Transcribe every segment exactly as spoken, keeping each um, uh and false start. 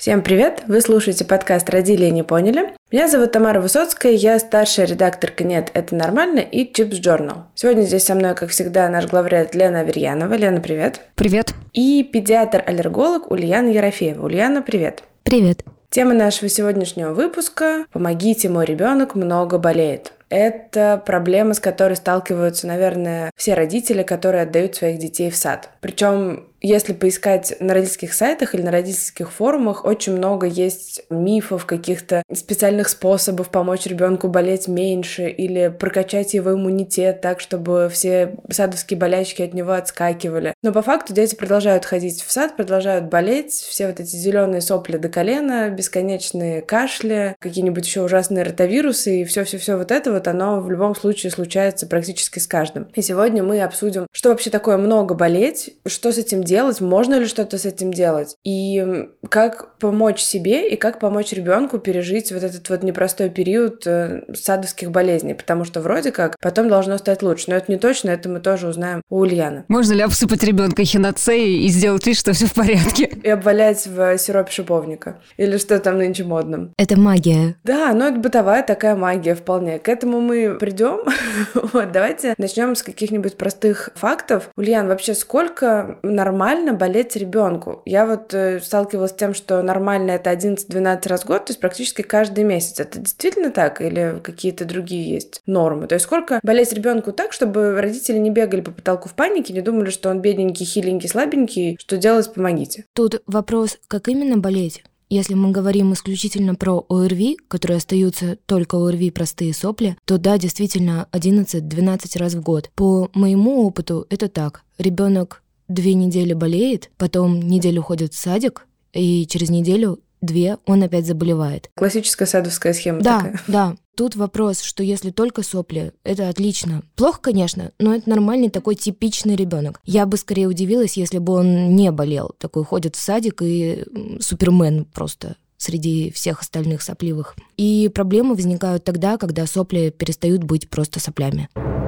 Всем привет! Вы слушаете подкаст «Родили и не поняли». Меня зовут Тамара Высоцкая, я старшая редакторка «Нет, это нормально» и Chips Journal. Сегодня здесь со мной, как всегда, наш главред Лена Аверьянова. Лена, привет! Привет! И педиатр-аллерголог Ульяна Ерофеева. Ульяна, привет! Привет! Тема нашего сегодняшнего выпуска «Помогите, мой ребенок много болеет». Это проблема, с которой сталкиваются, наверное, все родители, которые отдают своих детей в сад. Причем, если поискать на родительских сайтах или на родительских форумах, очень много есть мифов, каких-то специальных способов помочь ребенку болеть меньше или прокачать его иммунитет так, чтобы все садовские болячки от него отскакивали. Но по факту дети продолжают ходить в сад, продолжают болеть, все вот эти зеленые сопли до колена, бесконечные кашли, какие-нибудь еще ужасные ротавирусы и все-все-все вот это вот, оно в любом случае случается практически с каждым. И сегодня мы обсудим, что вообще такое много болеть, что с этим делать, можно ли что-то с этим делать, и как помочь себе и как помочь ребенку пережить вот этот вот непростой период садовских болезней, потому что вроде как потом должно стать лучше, но это не точно, это мы тоже узнаем у Ульяны. Можно ли обсыпать ребенка хиноцеей и сделать вид, что все в порядке? И обвалять в сиропе шиповника. Или что там нынче модно. Это магия. Да, ну это бытовая такая магия вполне. К этому мы придем. Вот, давайте начнем с каких-нибудь простых фактов. Ульян, вообще сколько нормально болеть ребенку? Я вот э, сталкивалась с тем, что нормально это одиннадцать-двенадцать раз в год, то есть практически каждый месяц. Это действительно так? Или какие-то другие есть нормы? То есть сколько болеть ребенку так, чтобы родители не бегали по потолку в панике, не думали, что он бедненький, хиленький, слабенький, что делать, помогите. Тут вопрос, как именно болеть? Если мы говорим исключительно про ОРВИ, которые остаются только ОРВИ простые сопли, то да, действительно одиннадцать-двенадцать раз в год. По моему опыту это так. Ребенок две недели болеет, потом неделю ходит в садик, и через неделю две он опять заболевает. Классическая садовская схема да, такая. Да, тут вопрос, что если только сопли, это отлично. Плохо, конечно, но это нормальный такой типичный ребенок. Я бы скорее удивилась, если бы он не болел. Такой ходит в садик и супермен просто среди всех остальных сопливых. И проблемы возникают тогда, когда сопли перестают быть просто соплями.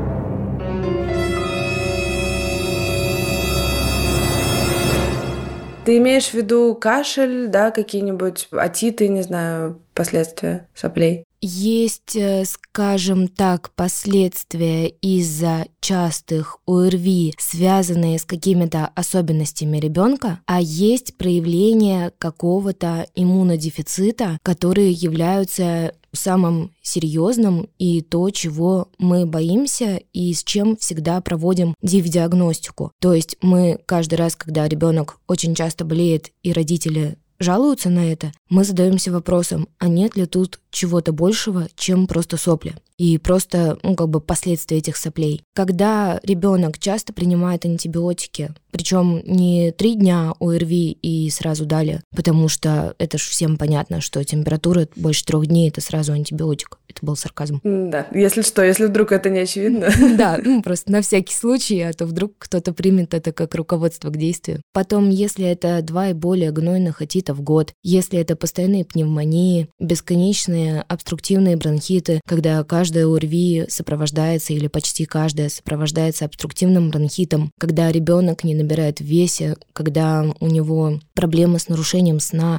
Ты имеешь в виду кашель, да, какие-нибудь отиты, не знаю, последствия соплей? Есть, скажем так, последствия из-за частых ОРВИ, связанные с какими-то особенностями ребенка, а есть проявления какого-то иммунодефицита, которые являются самым серьезным и то, чего мы боимся и с чем всегда проводим див-диагностику. То есть мы каждый раз, когда ребенок очень часто болеет и родители жалуются на это, мы задаемся вопросом, а нет ли тут чего-то большего, чем просто сопли и просто, ну, как бы последствия этих соплей. Когда ребенок часто принимает антибиотики, причем не три дня ОРВИ и сразу далее, потому что это ж всем понятно, что температура больше трех дней — это сразу антибиотик. Это был сарказм. Да, если что, если вдруг это не очевидно. Да, ну просто на всякий случай, а то вдруг кто-то примет это как руководство к действию. Потом, если это два и более гнойных отита в год, если это постоянные пневмонии, бесконечные обструктивные бронхиты, когда каждая ОРВИ сопровождается или почти каждая сопровождается обструктивным бронхитом, когда ребенок не набирает в весе, когда у него проблемы с нарушением сна,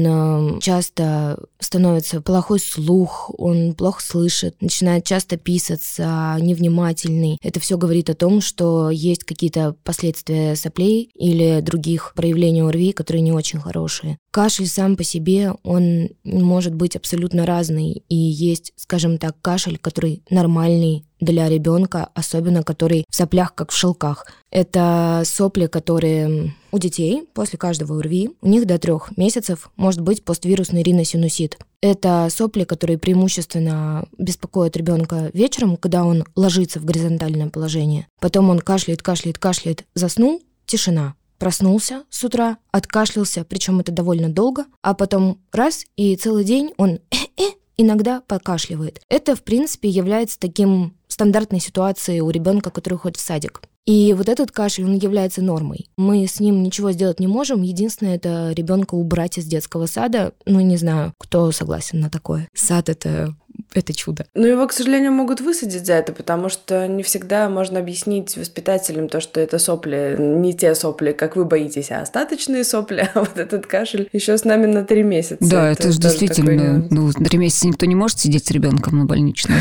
он часто становится плохой слух, он плохо слышит, начинает часто писаться, невнимательный. Это все говорит о том, что есть какие-то последствия соплей или других проявлений ОРВИ, которые не очень хорошие. Кашель сам по себе, он может быть абсолютно разный, и есть, скажем так, кашель, который нормальный для ребенка, особенно который в соплях, как в шелках. Это сопли, которые у детей после каждого ОРВИ, у них до трех месяцев может быть поствирусный риносинусит. Это сопли, которые преимущественно беспокоят ребенка вечером, когда он ложится в горизонтальное положение. Потом он кашляет, кашляет, кашляет, заснул, тишина. Проснулся с утра, откашлялся, причем это довольно долго, а потом раз, и целый день он э-э, иногда покашливает. Это, в принципе, является таким стандартной ситуацией у ребенка, который ходит в садик. И вот этот кашель, он является нормой. Мы с ним ничего сделать не можем. Единственное, это ребенка убрать из детского сада. Ну, не знаю, кто согласен на такое. Сад — это это чудо. Но его, к сожалению, могут высадить за это, потому что не всегда можно объяснить воспитателям то, что это сопли, не те сопли, как вы боитесь, а остаточные сопли, а вот этот кашель еще с нами на три месяца. Да, это, это же действительно, такой... ну, на три месяца никто не может сидеть с ребенком на больничном.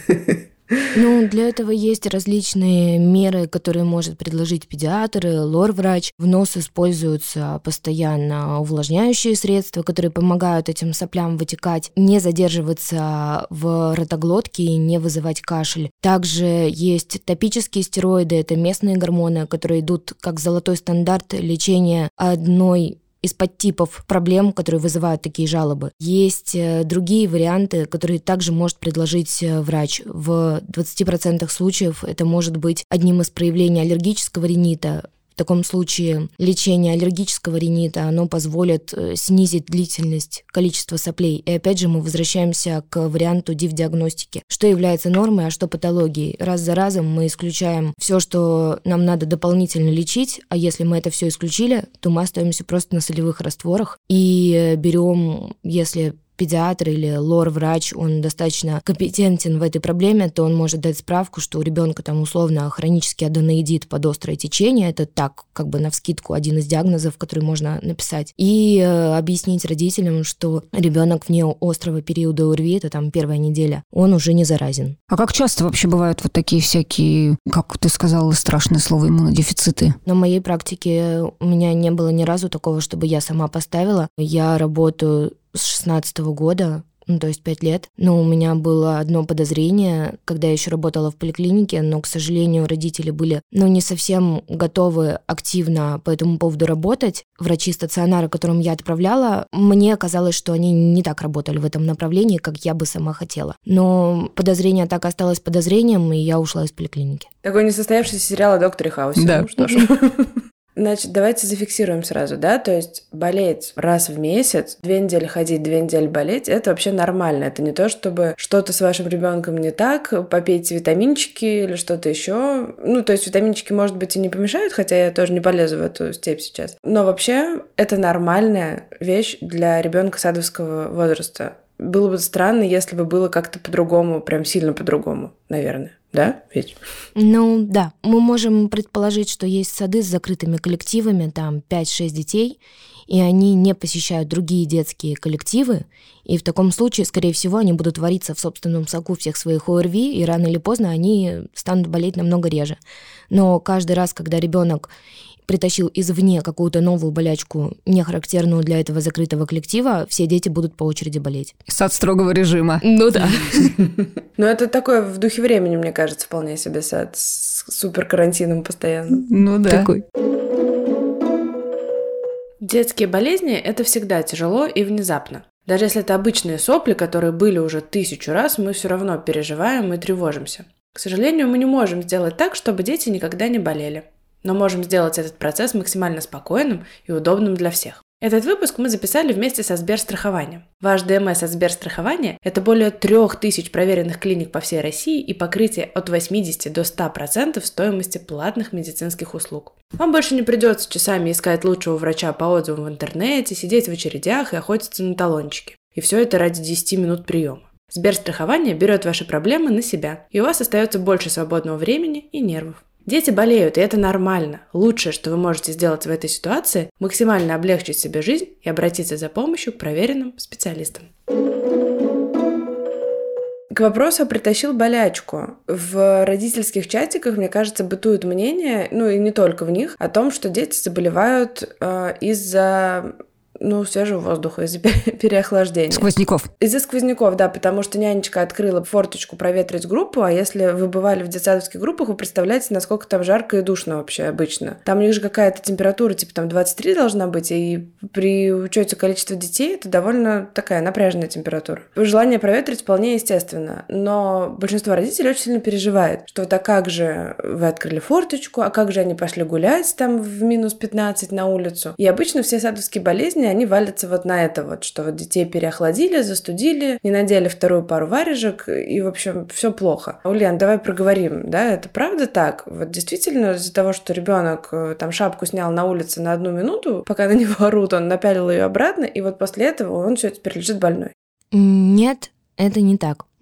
Ну, для этого есть различные меры, которые может предложить педиатр, лор-врач. В нос используются постоянно увлажняющие средства, которые помогают этим соплям вытекать, не задерживаться в ротоглотке и не вызывать кашель. Также есть топические стероиды, это местные гормоны, которые идут как золотой стандарт лечения одной из подтипов проблем, которые вызывают такие жалобы. Есть другие варианты, которые также может предложить врач. В двадцати процентах случаев это может быть одним из проявлений аллергического ринита. В таком случае лечение аллергического ринита, оно позволит снизить длительность количества соплей. И опять же мы возвращаемся к варианту диф-диагностики. Что является нормой, а что патологией? Раз за разом мы исключаем все, что нам надо дополнительно лечить, а если мы это все исключили, то мы остаемся просто на солевых растворах и берем, если педиатр или лор-врач, он достаточно компетентен в этой проблеме, то он может дать справку, что у ребенка там условно хронический аденоидит под острое течение, это так, как бы навскидку один из диагнозов, который можно написать, и э, объяснить родителям, что ребенок вне острого периода ОРВИ, это там первая неделя, он уже не заразен. А как часто вообще бывают вот такие всякие, как ты сказала, страшное слово, иммунодефициты? На моей практике у меня не было ни разу такого, чтобы я сама поставила. Я работаю с шестнадцатого года, ну, то есть пять лет. Но у меня было одно подозрение, когда я еще работала в поликлинике, но, к сожалению, родители были, ну, не совсем готовы активно по этому поводу работать. Врачи стационара, которым я отправляла, мне казалось, что они не так работали в этом направлении, как я бы сама хотела. Но подозрение так и осталось подозрением, и я ушла из поликлиники. Такой несостоявшийся сериал о докторе Хаусе. Да. Ну, что ж. Значит, давайте зафиксируем сразу, да, то есть болеть раз в месяц, две недели ходить, две недели болеть, это вообще нормально, это не то, чтобы что-то с вашим ребенком не так, попейте витаминчики или что-то еще, ну, то есть витаминчики, может быть, и не помешают, хотя я тоже не полезу в эту степь сейчас, но вообще это нормальная вещь для ребенка садовского возраста. Было бы странно, если бы было как-то по-другому, прям сильно по-другому, наверное. Да, ведь? Ну, да. Мы можем предположить, что есть сады с закрытыми коллективами, там пять-шесть детей, и они не посещают другие детские коллективы, и в таком случае, скорее всего, они будут вариться в собственном соку всех своих ОРВИ, и рано или поздно они станут болеть намного реже. Но каждый раз, когда ребенок притащил извне какую-то новую болячку, не характерную для этого закрытого коллектива, все дети будут по очереди болеть. Сад строгого режима. Ну да. Ну это такое в духе времени, мне кажется, вполне себе сад с супер карантином постоянно. Ну да. Такой. Детские болезни – это всегда тяжело и внезапно. Даже если это обычные сопли, которые были уже тысячу раз, мы все равно переживаем и тревожимся. К сожалению, мы не можем сделать так, чтобы дети никогда не болели. Но можем сделать этот процесс максимально спокойным и удобным для всех. Этот выпуск мы записали вместе со Сберстрахованием. Ваш ДМС от Сберстрахования – это более трех тысяч проверенных клиник по всей России и покрытие от восьмидесяти до ста процентов стоимости платных медицинских услуг. Вам больше не придется часами искать лучшего врача по отзывам в интернете, сидеть в очередях и охотиться на талончики. И все это ради десяти минут приема. Сберстрахование берет ваши проблемы на себя, и у вас остается больше свободного времени и нервов. Дети болеют, и это нормально. Лучшее, что вы можете сделать в этой ситуации – максимально облегчить себе жизнь и обратиться за помощью к проверенным специалистам. К вопросу «притащил болячку». В родительских чатиках, мне кажется, бытует мнение, ну и не только в них, о том, что дети заболевают э, из-за... Ну, свежего воздуха, из-за переохлаждения. Сквозняков. Из-за сквозняков, да, потому что нянечка открыла форточку проветрить группу, а если вы бывали в детсадовских группах, вы представляете, насколько там жарко и душно вообще обычно. Там у них же какая-то температура, типа там двадцать три должна быть, и при учете количества детей это довольно такая напряженная температура. Желание проветрить вполне естественно, но большинство родителей очень сильно переживает, что вот а как же вы открыли форточку, а как же они пошли гулять там в минус пятнадцать на улицу. И обычно все садовские болезни, они валятся вот на это вот, что вот детей переохладили, застудили, не надели вторую пару варежек, и, в общем, все плохо. Ульян, давай проговорим, да, это правда так? Вот действительно из-за того, что ребенок там шапку снял на улице на одну минуту, пока на него орут, он напялил ее обратно, и вот после этого он все теперь лежит больной? Нет, это не так.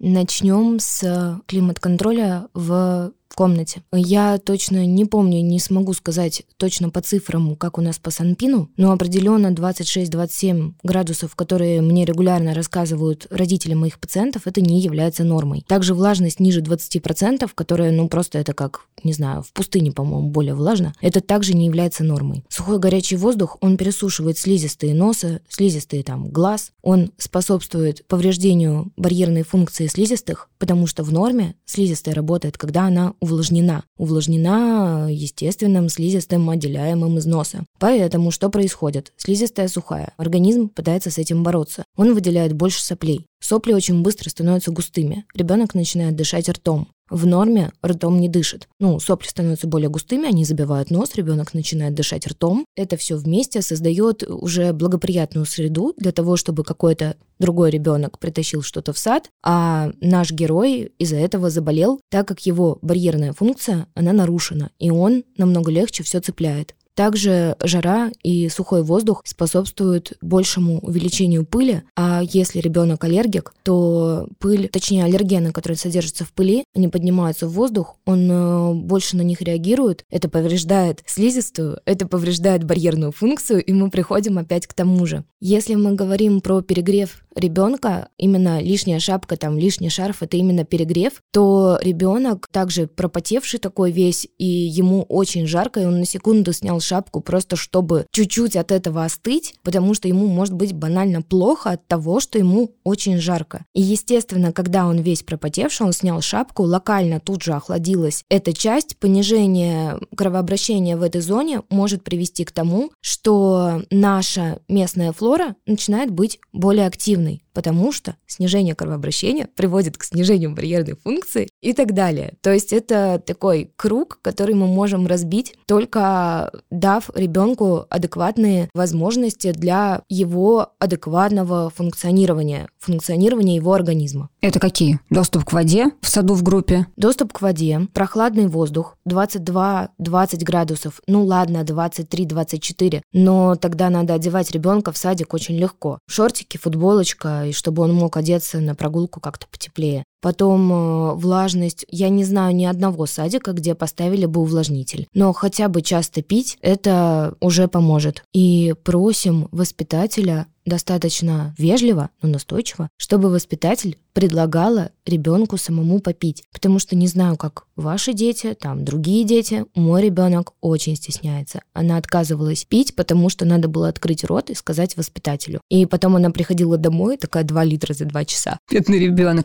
Начнем с климат-контроля в комнате. Я точно не помню, не смогу сказать точно по цифрам, как у нас по Санпину, но определенно двадцать шесть - двадцать семь градусов, которые мне регулярно рассказывают родители моих пациентов, это не является нормой. Также влажность ниже двадцати процентов, которая, ну, просто это как, не знаю, в пустыне, по-моему, более влажно, это также не является нормой. Сухой горячий воздух, он пересушивает слизистые носа, слизистые там глаз, он способствует повреждению барьерной функции слизистых, потому что в норме слизистая работает, когда она увлажнена. Увлажнена естественным слизистым, отделяемым из носа. Поэтому что происходит? Слизистая сухая. Организм пытается с этим бороться. Он выделяет больше соплей. Сопли очень быстро становятся густыми. Ребенок начинает дышать ртом. В норме ртом не дышит. Ну, сопли становятся более густыми, они забивают нос, ребенок начинает дышать ртом. Это все вместе создает уже благоприятную среду для того, чтобы какой-то другой ребенок притащил что-то в сад, а наш герой из-за этого заболел, так как его барьерная функция, она нарушена, и он намного легче все цепляет. Также жара и сухой воздух способствуют большему увеличению пыли, а если ребенок аллергик, то пыль, точнее аллергены, которые содержатся в пыли, они поднимаются в воздух, он больше на них реагирует, это повреждает слизистую, это повреждает барьерную функцию, и мы приходим опять к тому же. Если мы говорим про перегрев ребенка, именно лишняя шапка, там лишний шарф, это именно перегрев, то ребенок также пропотевший такой весь, и ему очень жарко, и он на секунду снял шапку просто чтобы чуть-чуть от этого остыть, потому что ему может быть банально плохо от того, что ему очень жарко. И естественно, когда он весь пропотевший, он снял шапку, локально тут же охладилась эта часть, понижение кровообращения в этой зоне может привести к тому, что наша местная флора начинает быть более активной, потому что снижение кровообращения приводит к снижению барьерной функции и так далее. То есть это такой круг, который мы можем разбить, только дав ребенку адекватные возможности для его адекватного функционирования, функционирования его организма. Это какие? Доступ к воде в саду в группе? Доступ к воде, прохладный воздух, двадцать два - двадцать градусов, ну ладно, двадцать три - двадцать четыре, но тогда надо одевать ребенка в садик очень легко. Шортики, футболочка, и чтобы он мог одеться на прогулку как-то потеплее. Потом э, влажность. Я не знаю ни одного садика, где поставили бы увлажнитель. Но хотя бы часто пить, это уже поможет. И просим воспитателя достаточно вежливо, но настойчиво, чтобы воспитатель предлагала ребенку самому попить. Потому что не знаю, как ваши дети, там другие дети, мой ребенок очень стесняется. Она отказывалась пить, потому что надо было открыть рот и сказать воспитателю. И потом она приходила домой, такая два литра за два часа. Бедный ребенок.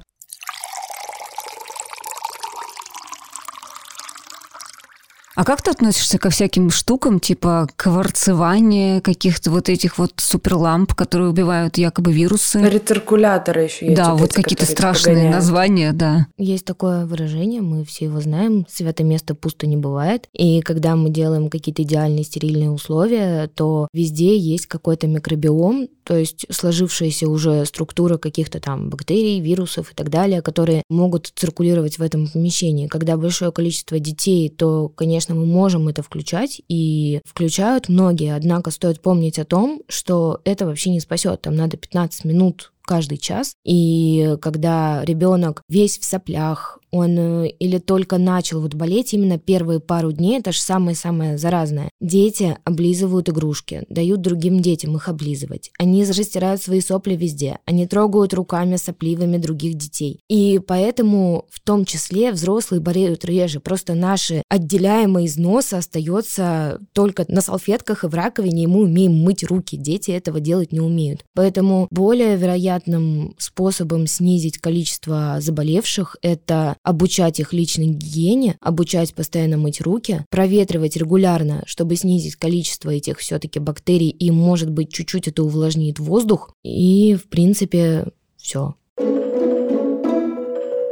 А как ты относишься ко всяким штукам, типа кварцевания, каких-то вот этих вот суперламп, которые убивают якобы вирусы? Рециркуляторы еще есть. Да, вот, вот какие-то страшные погоняют. Названия, да. Есть такое выражение, мы все его знаем, святое место пусто не бывает. И когда мы делаем какие-то идеальные стерильные условия, то везде есть какой-то микробиом, то есть сложившаяся уже структура каких-то там бактерий, вирусов и так далее, которые могут циркулировать в этом помещении. Когда большое количество детей, то, конечно, мы можем это включать, и включают многие, однако стоит помнить о том, что это вообще не спасет. Там надо пятнадцать минут каждый час, и когда ребенок весь в соплях, он или только начал вот болеть, именно первые пару дней, это же самое-самое заразное. Дети облизывают игрушки, дают другим детям их облизывать. Они растирают свои сопли везде, они трогают руками сопливыми других детей. И поэтому в том числе взрослые болеют реже. Просто наши отделяемые из носа остается только на салфетках и в раковине, и мы умеем мыть руки. Дети этого делать не умеют. Поэтому более вероятным способом снизить количество заболевших — это обучать их личной гигиене, обучать постоянно мыть руки, проветривать регулярно, чтобы снизить количество этих все-таки бактерий, и, может быть, чуть-чуть это увлажнит воздух, и, в принципе, все.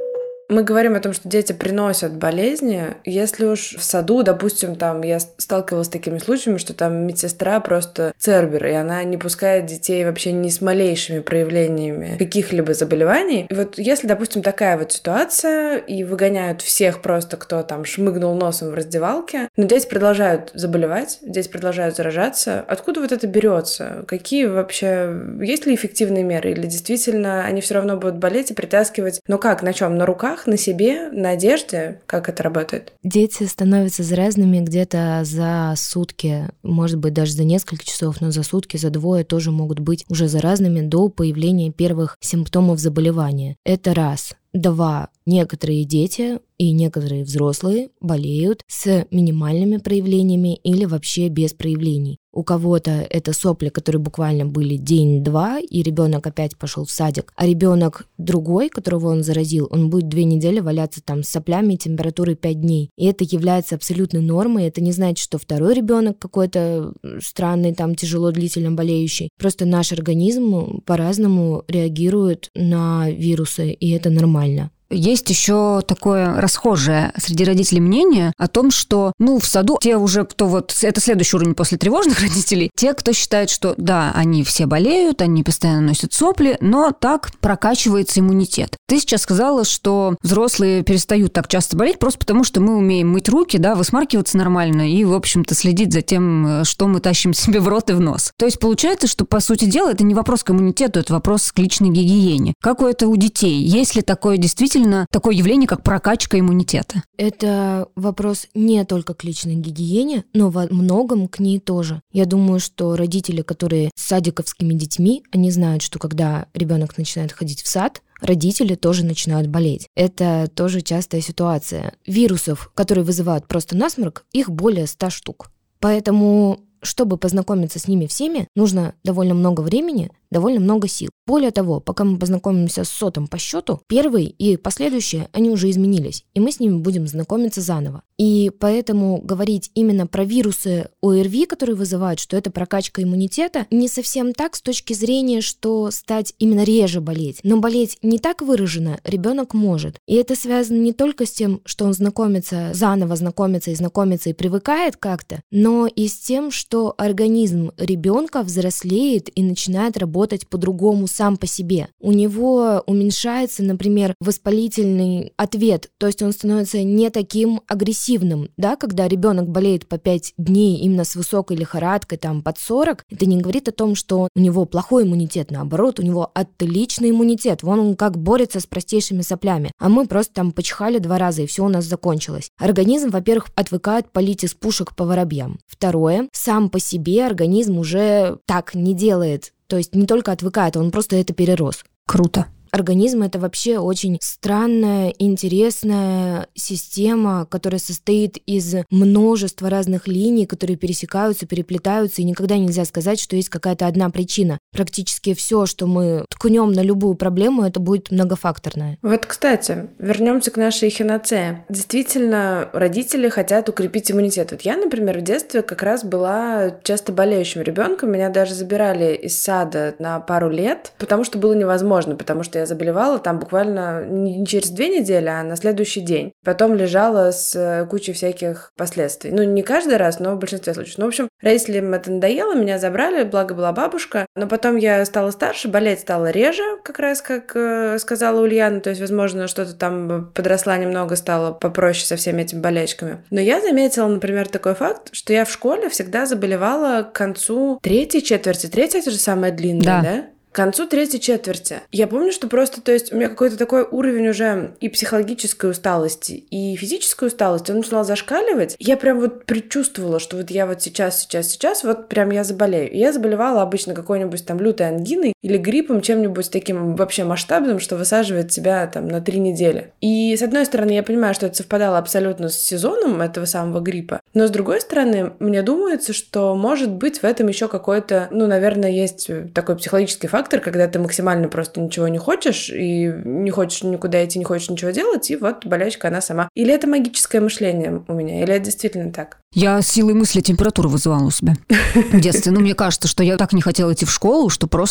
Мы говорим о том, что дети приносят болезни. Если уж в саду, допустим, там я сталкивалась с такими случаями, что там медсестра просто цербер, и она не пускает детей вообще ни с малейшими проявлениями каких-либо заболеваний. И вот если, допустим, такая вот ситуация, и выгоняют всех просто, кто там шмыгнул носом в раздевалке, но дети продолжают заболевать, дети продолжают заражаться. Откуда вот это берется? Какие вообще... Есть ли эффективные меры? Или действительно они все равно будут болеть и притаскивать? Но как? На чем? На руках? На себе, на одежде? Как это работает? Дети становятся заразными где-то за сутки, может быть, даже за несколько часов, но за сутки, за двое тоже могут быть уже заразными до появления первых симптомов заболевания. Это раз. Два. Некоторые дети и некоторые взрослые болеют с минимальными проявлениями или вообще без проявлений. У кого-то это сопли, которые буквально были день-два, и ребенок опять пошел в садик, а ребенок другой, которого он заразил, он будет две недели валяться там с соплями и температурой пять дней. И это является абсолютной нормой. Это не значит, что второй ребенок какой-то странный, там тяжело длительно болеющий. Просто наш организм по-разному реагирует на вирусы, и это нормально. Есть еще такое расхожее среди родителей мнение о том, что, ну, в саду те уже, кто вот, это следующий уровень после тревожных родителей, те, кто считает, что да, они все болеют, они постоянно носят сопли, но так прокачивается иммунитет. Ты сейчас сказала, что взрослые перестают так часто болеть просто потому, что мы умеем мыть руки, да, высмаркиваться нормально и, в общем-то, следить за тем, что мы тащим себе в рот и в нос. То есть получается, что, по сути дела, это не вопрос к иммунитету, это вопрос к личной гигиене. Как у это у детей? Есть ли такое действительно такое явление, как прокачка иммунитета? Это вопрос не только к личной гигиене, но во многом к ней тоже. Я думаю, что родители, которые с садиковскими детьми, они знают, что когда ребенок начинает ходить в сад, родители тоже начинают болеть. Это тоже частая ситуация. Вирусов, которые вызывают просто насморк, их более ста штук. Поэтому, чтобы познакомиться с ними всеми, нужно довольно много времени, довольно много сил. Более того, пока мы познакомимся с сотом по счету, первый и последующие, они уже изменились, и мы с ними будем знакомиться заново. И поэтому говорить именно про вирусы ОРВИ, которые вызывают, что это прокачка иммунитета, не совсем так с точки зрения, что стать именно реже болеть. Но болеть не так выраженно ребенок может. И это связано не только с тем, что он знакомится, заново знакомится и знакомится и привыкает как-то, но и с тем, что организм ребенка взрослеет и начинает работать по-другому сам по себе. У него уменьшается, например, воспалительный ответ, то есть он становится не таким агрессивным, да, когда ребенок болеет по пять дней именно с высокой лихорадкой, там, под сорок, это не говорит о том, что у него плохой иммунитет, наоборот, у него отличный иммунитет, вон он как борется с простейшими соплями, а мы просто там почихали два раза, и все у нас закончилось. Организм, во-первых, отвыкает палить из пушек по воробьям. Второе, сам по себе организм уже так не делает. То есть не только отвыкает, он просто это перерос. Круто. Организм — это вообще очень странная, интересная система, которая состоит из множества разных линий, которые пересекаются, переплетаются, и никогда нельзя сказать, что есть какая-то одна причина. Практически все, что мы ткнем на любую проблему, это будет многофакторное. Вот, кстати, вернемся к нашей эхинацее. Действительно, родители хотят укрепить иммунитет. Вот я, например, в детстве как раз была часто болеющим ребенком. Меня даже забирали из сада на пару лет, потому что было невозможно, потому что я заболевала там буквально не через две недели, а на следующий день. Потом лежала с кучей всяких последствий. Ну, не каждый раз, но в большинстве случаев. Ну, в общем, родителям это надоело, меня забрали, благо была бабушка. Но потом я стала старше, болеть стала реже, как раз как э, сказала Ульяна. То есть, возможно, что-то там подросла немного, стало попроще со всеми этими болячками. Но я заметила, например, такой факт, что я в школе всегда заболевала к концу третьей четверти. Третья — это же самая длинная, да? да? К концу третьей четверти. Я помню, что просто, то есть, у меня какой-то такой уровень уже и психологической усталости, и физической усталости, он начинал зашкаливать. Я прям вот предчувствовала, что вот я вот сейчас, сейчас, сейчас, вот прям я заболею. И я заболевала обычно какой-нибудь там лютой ангиной или гриппом, чем-нибудь таким вообще масштабным, что высаживает тебя там на три недели. И с одной стороны, я понимаю, что это совпадало абсолютно с сезоном этого самого гриппа, но с другой стороны, мне думается, что может быть в этом еще какой-то, ну, наверное, есть такой психологический фактор, когда ты максимально просто ничего не хочешь, и не хочешь никуда идти, не хочешь ничего делать, и вот болячка, она сама. Или это магическое мышление у меня, или это действительно так? Я силой мысли температуру вызывала у себя в детстве. Ну, мне кажется, что я так не хотела идти в школу, что просто у меня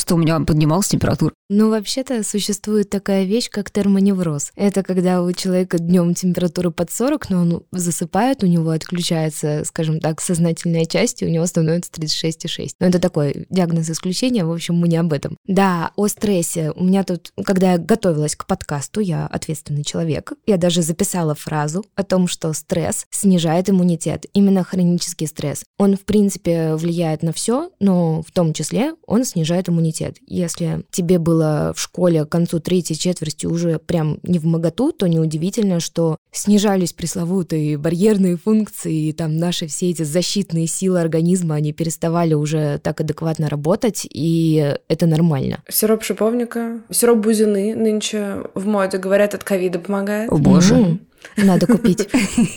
там поднималась температура. Ну, вообще-то существует такая вещь, как термоневроз. Это когда у человека днем температура под сорок, но он засыпает, у него отключается, скажем так, сознательная часть, и у него становится тридцать шесть и шесть. Но это такой диагноз исключения, в общем, мы не об этом. Да, о стрессе. У меня тут, когда я готовилась к подкасту, я ответственный человек, я даже записала фразу о том, что стресс снижает иммунитет. Именно хронический стресс. Он, в принципе, влияет на все, но в том числе он снижает иммунитет. Если тебе было в школе к концу третьей четверти уже прям не вмоготу, то неудивительно, что снижались пресловутые барьерные функции, и там наши все эти защитные силы организма, они переставали уже так адекватно работать, и это нормально. Сироп шиповника, сироп бузины нынче в моде, говорят, от ковида помогает. О, боже. М-м, надо купить.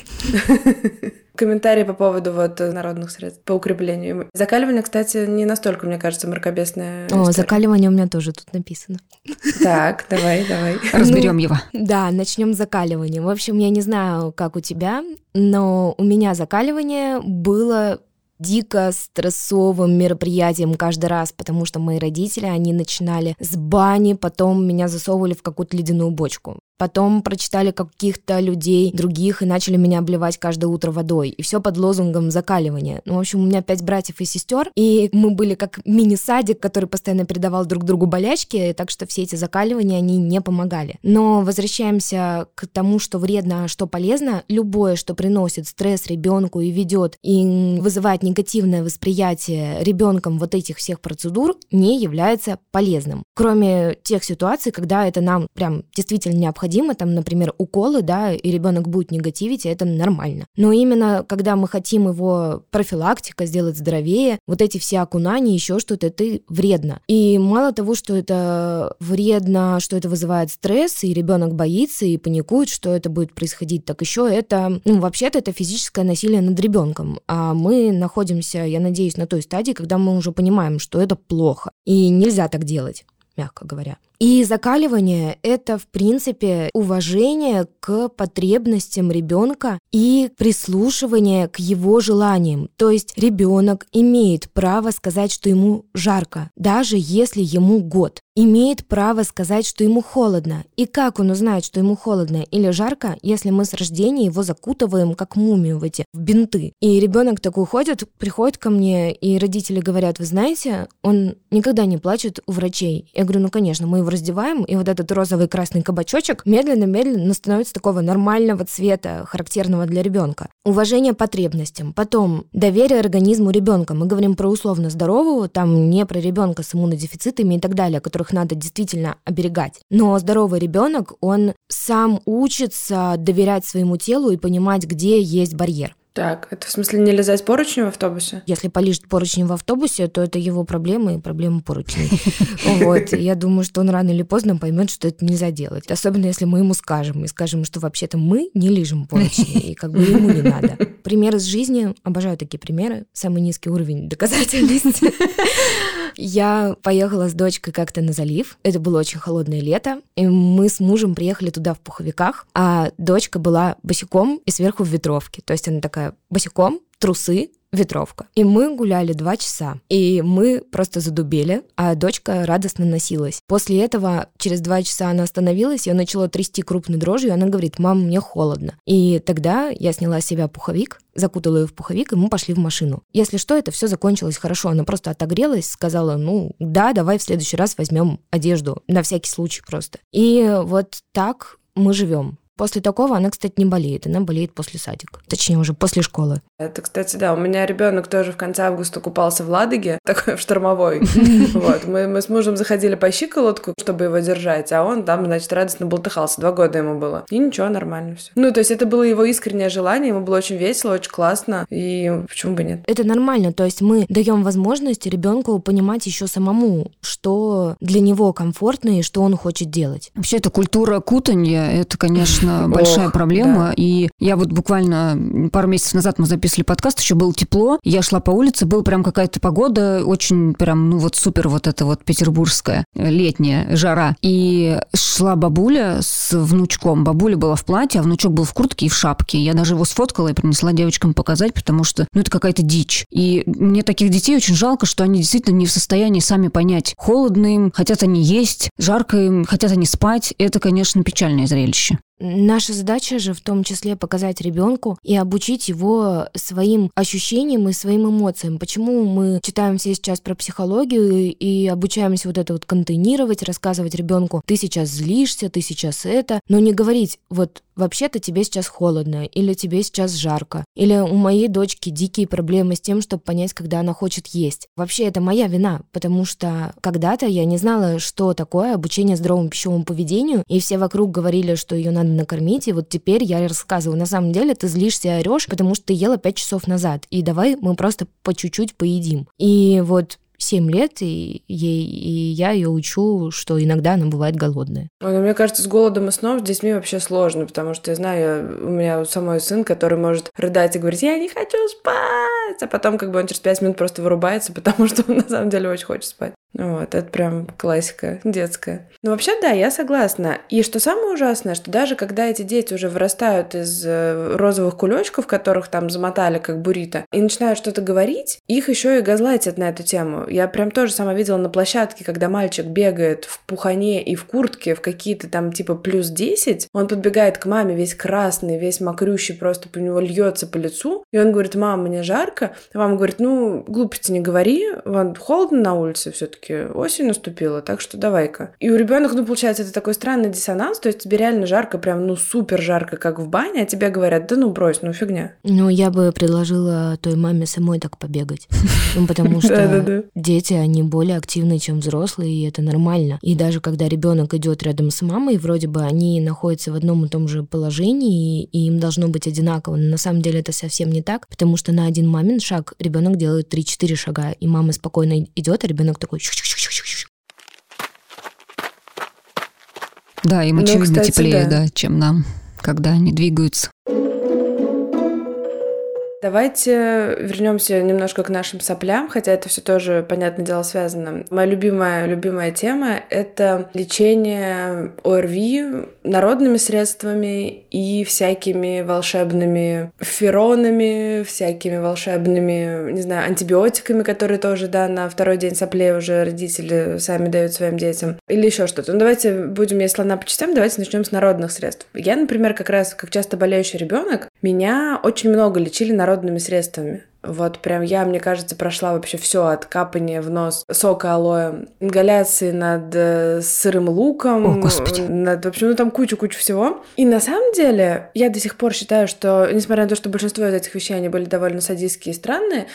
Комментарии по поводу вот народных средств по укреплению. Закаливание, кстати, не настолько, мне кажется, мракобесная история. О, закаливание у меня тоже тут написано. Так, давай, давай. Разберем Ну, его. Да, начнем с закаливания. В общем, я не знаю, как у тебя, но у меня закаливание было дико стрессовым мероприятием каждый раз, потому что мои родители, они начинали с бани, потом меня засовывали в какую-то ледяную бочку. Потом прочитали каких-то людей других и начали меня обливать каждое утро водой. И все под лозунгом закаливания. Ну, в общем, у меня пять братьев и сестер, и мы были как мини-садик, который постоянно передавал друг другу болячки, так что все эти закаливания, они не помогали. Но возвращаемся к тому, что вредно, а что полезно. Любое, что приносит стресс ребенку и ведет, и вызывает негативное восприятие ребенком вот этих всех процедур, не является полезным. Кроме тех ситуаций, когда это нам прям действительно необходимо, там, например, уколы, да, и ребенок будет негативить, и это нормально. Но именно когда мы хотим его профилактика сделать здоровее, вот эти все окунания, еще что-то, это вредно. И мало того, что это вредно, что это вызывает стресс, и ребенок боится и паникует, что это будет происходить, так еще это, ну, вообще-то это физическое насилие над ребенком. А мы находимся, я надеюсь, на той стадии, когда мы уже понимаем, что это плохо. И нельзя так делать, мягко говоря. И закаливание — это, в принципе, уважение к потребностям ребенка и прислушивание к его желаниям. То есть ребенок имеет право сказать, что ему жарко, даже если ему год. Имеет право сказать, что ему холодно. И как он узнает, что ему холодно или жарко, если мы с рождения его закутываем, как мумию в эти в бинты? И ребенок такой ходит, приходит ко мне, и родители говорят: вы знаете, он никогда не плачет у врачей. Я говорю: ну, конечно, мы его раздеваем, и вот этот розовый красный кабачочек медленно-медленно становится такого нормального цвета, характерного для ребенка. Уважение потребностям. Потом доверие организму ребенка. Мы говорим про условно здорового, там не про ребенка с иммунодефицитами и так далее, которых надо действительно оберегать. Но здоровый ребенок, он сам учится доверять своему телу и понимать, где есть барьер. Так, это в смысле не лизать поручни в автобусе? Если полижет поручни в автобусе, то это его проблемы и проблемы поручней. Вот. Я думаю, что он рано или поздно поймет, что это нельзя делать. Особенно, если мы ему скажем. И скажем, что вообще-то мы не лижем поручни, и как бы ему не надо. Примеры из жизни. Обожаю такие примеры. Самый низкий уровень доказательности. Я поехала с дочкой как-то на залив. Это было очень холодное лето. И мы с мужем приехали туда в пуховиках, а дочка была босиком и сверху в ветровке. То есть она такая босиком, трусы, ветровка. И мы гуляли два часа. И мы просто задубели, а дочка радостно носилась. После этого через два часа она остановилась, ее начала трясти крупной дрожью, и она говорит: мам, мне холодно. И тогда я сняла с себя пуховик, закутала ее в пуховик, и мы пошли в машину. Если что, это все закончилось хорошо. Она просто отогрелась, сказала: ну да, давай в следующий раз возьмем одежду, на всякий случай просто. И вот так мы живем. После такого она, кстати, не болеет. Она болеет после садика. Точнее, уже после школы. Это, кстати, да, у меня ребенок тоже в конце августа купался в Ладоге, такой в штормовой. Вот, мы, мы с мужем заходили по щиколотку, чтобы его держать, а он там, значит, радостно болтыхался. Два года ему было. И ничего, нормально все. Ну, то есть это было его искреннее желание, ему было очень весело, очень классно, и почему бы нет? Это нормально, то есть мы даем возможность ребенку понимать еще самому, что для него комфортно и что он хочет делать. Вообще, эта культура кутанья, это, конечно, конечно, большая Ох, проблема. да. И я вот буквально пару месяцев назад мы записывали подкаст, еще было тепло. Я шла по улице, была прям какая-то погода, очень прям, ну вот супер вот эта вот петербургская летняя жара. И шла бабуля с внучком. Бабуля была в платье, а внучок был в куртке и в шапке. Я даже его сфоткала и принесла девочкам показать, потому что, ну, это какая-то дичь. И мне таких детей очень жалко, что они действительно не в состоянии сами понять, холодно им, хотят они есть, жарко им, хотят они спать. Это, конечно, печальное зрелище. Наша задача же в том числе показать ребенку и обучить его своим ощущениям и своим эмоциям. Почему мы читаем все сейчас про психологию и обучаемся вот это вот контейнировать, рассказывать ребенку: ты сейчас злишься, ты сейчас это, но не говорить: вот вообще-то тебе сейчас холодно, или тебе сейчас жарко, или у моей дочки дикие проблемы с тем, чтобы понять, когда она хочет есть. Вообще это моя вина, потому что когда-то я не знала, что такое обучение здоровому пищевому поведению, и все вокруг говорили, что ее надо накормить, и вот теперь я рассказываю: на самом деле ты злишься и орешь, потому что ты ела пять часов назад, и давай мы просто по чуть-чуть поедим. И вот семь лет, и, ей, и я ее учу, что иногда она бывает голодная. Ну, мне кажется, с голодом и сном с детьми вообще сложно, потому что я знаю, у меня самой сын, который может рыдать и говорить: я не хочу спать, а потом как бы он через пять минут просто вырубается, потому что он на самом деле очень хочет спать. Вот, это прям классика детская. Ну, вообще, да, я согласна. И что самое ужасное, что даже когда эти дети уже вырастают из розовых кулечков, которых там замотали как буррито, и начинают что-то говорить, их еще и газлайтят на эту тему. Я прям тоже сама видела на площадке, когда мальчик бегает в пухане и в куртке в какие-то там типа плюс десять, он подбегает к маме весь красный, весь мокрющий, просто по него льется по лицу, и он говорит: мам, мне жарко. А мама говорит: ну, глупости не говори, вон, холодно на улице все-таки, осень наступила, так что давай-ка. И у ребенка, ну, получается, это такой странный диссонанс, то есть тебе реально жарко, прям, ну, супер жарко, как в бане, а тебе говорят: да ну, брось, ну, фигня. Ну, я бы предложила той маме самой так побегать, ну, потому что дети, они более активны, чем взрослые, и это нормально. И даже когда ребенок идет рядом с мамой, вроде бы они находятся в одном и том же положении, и им должно быть одинаково, но на самом деле это совсем не так, потому что на один мамин шаг ребенок делает три-четыре шага, и мама спокойно идет, а ребенок такой... Да, им, очевидно, ну, кстати, теплее, да. Да, чем нам, когда они двигаются. Давайте вернемся немножко к нашим соплям, хотя это все тоже, понятное дело, связано. Моя любимая, любимая тема — это лечение ОРВИ народными средствами и всякими волшебными феронами, всякими волшебными, не знаю, антибиотиками, которые тоже, да, на второй день соплей уже родители сами дают своим детям, или еще что-то. Ну, давайте будем, если слона по частям, давайте начнем с народных средств. Я, например, как раз, как часто болеющий ребенок, меня очень много лечили народными средствами. Вот прям я, мне кажется, прошла вообще все от капания в нос сока алоэ, ингаляции над э, сырым луком. О, Господи. Над, в общем, ну там кучу-кучу всего. И на самом деле я до сих пор считаю, что, несмотря на то, что большинство из этих вещей, они были довольно садистские и странные,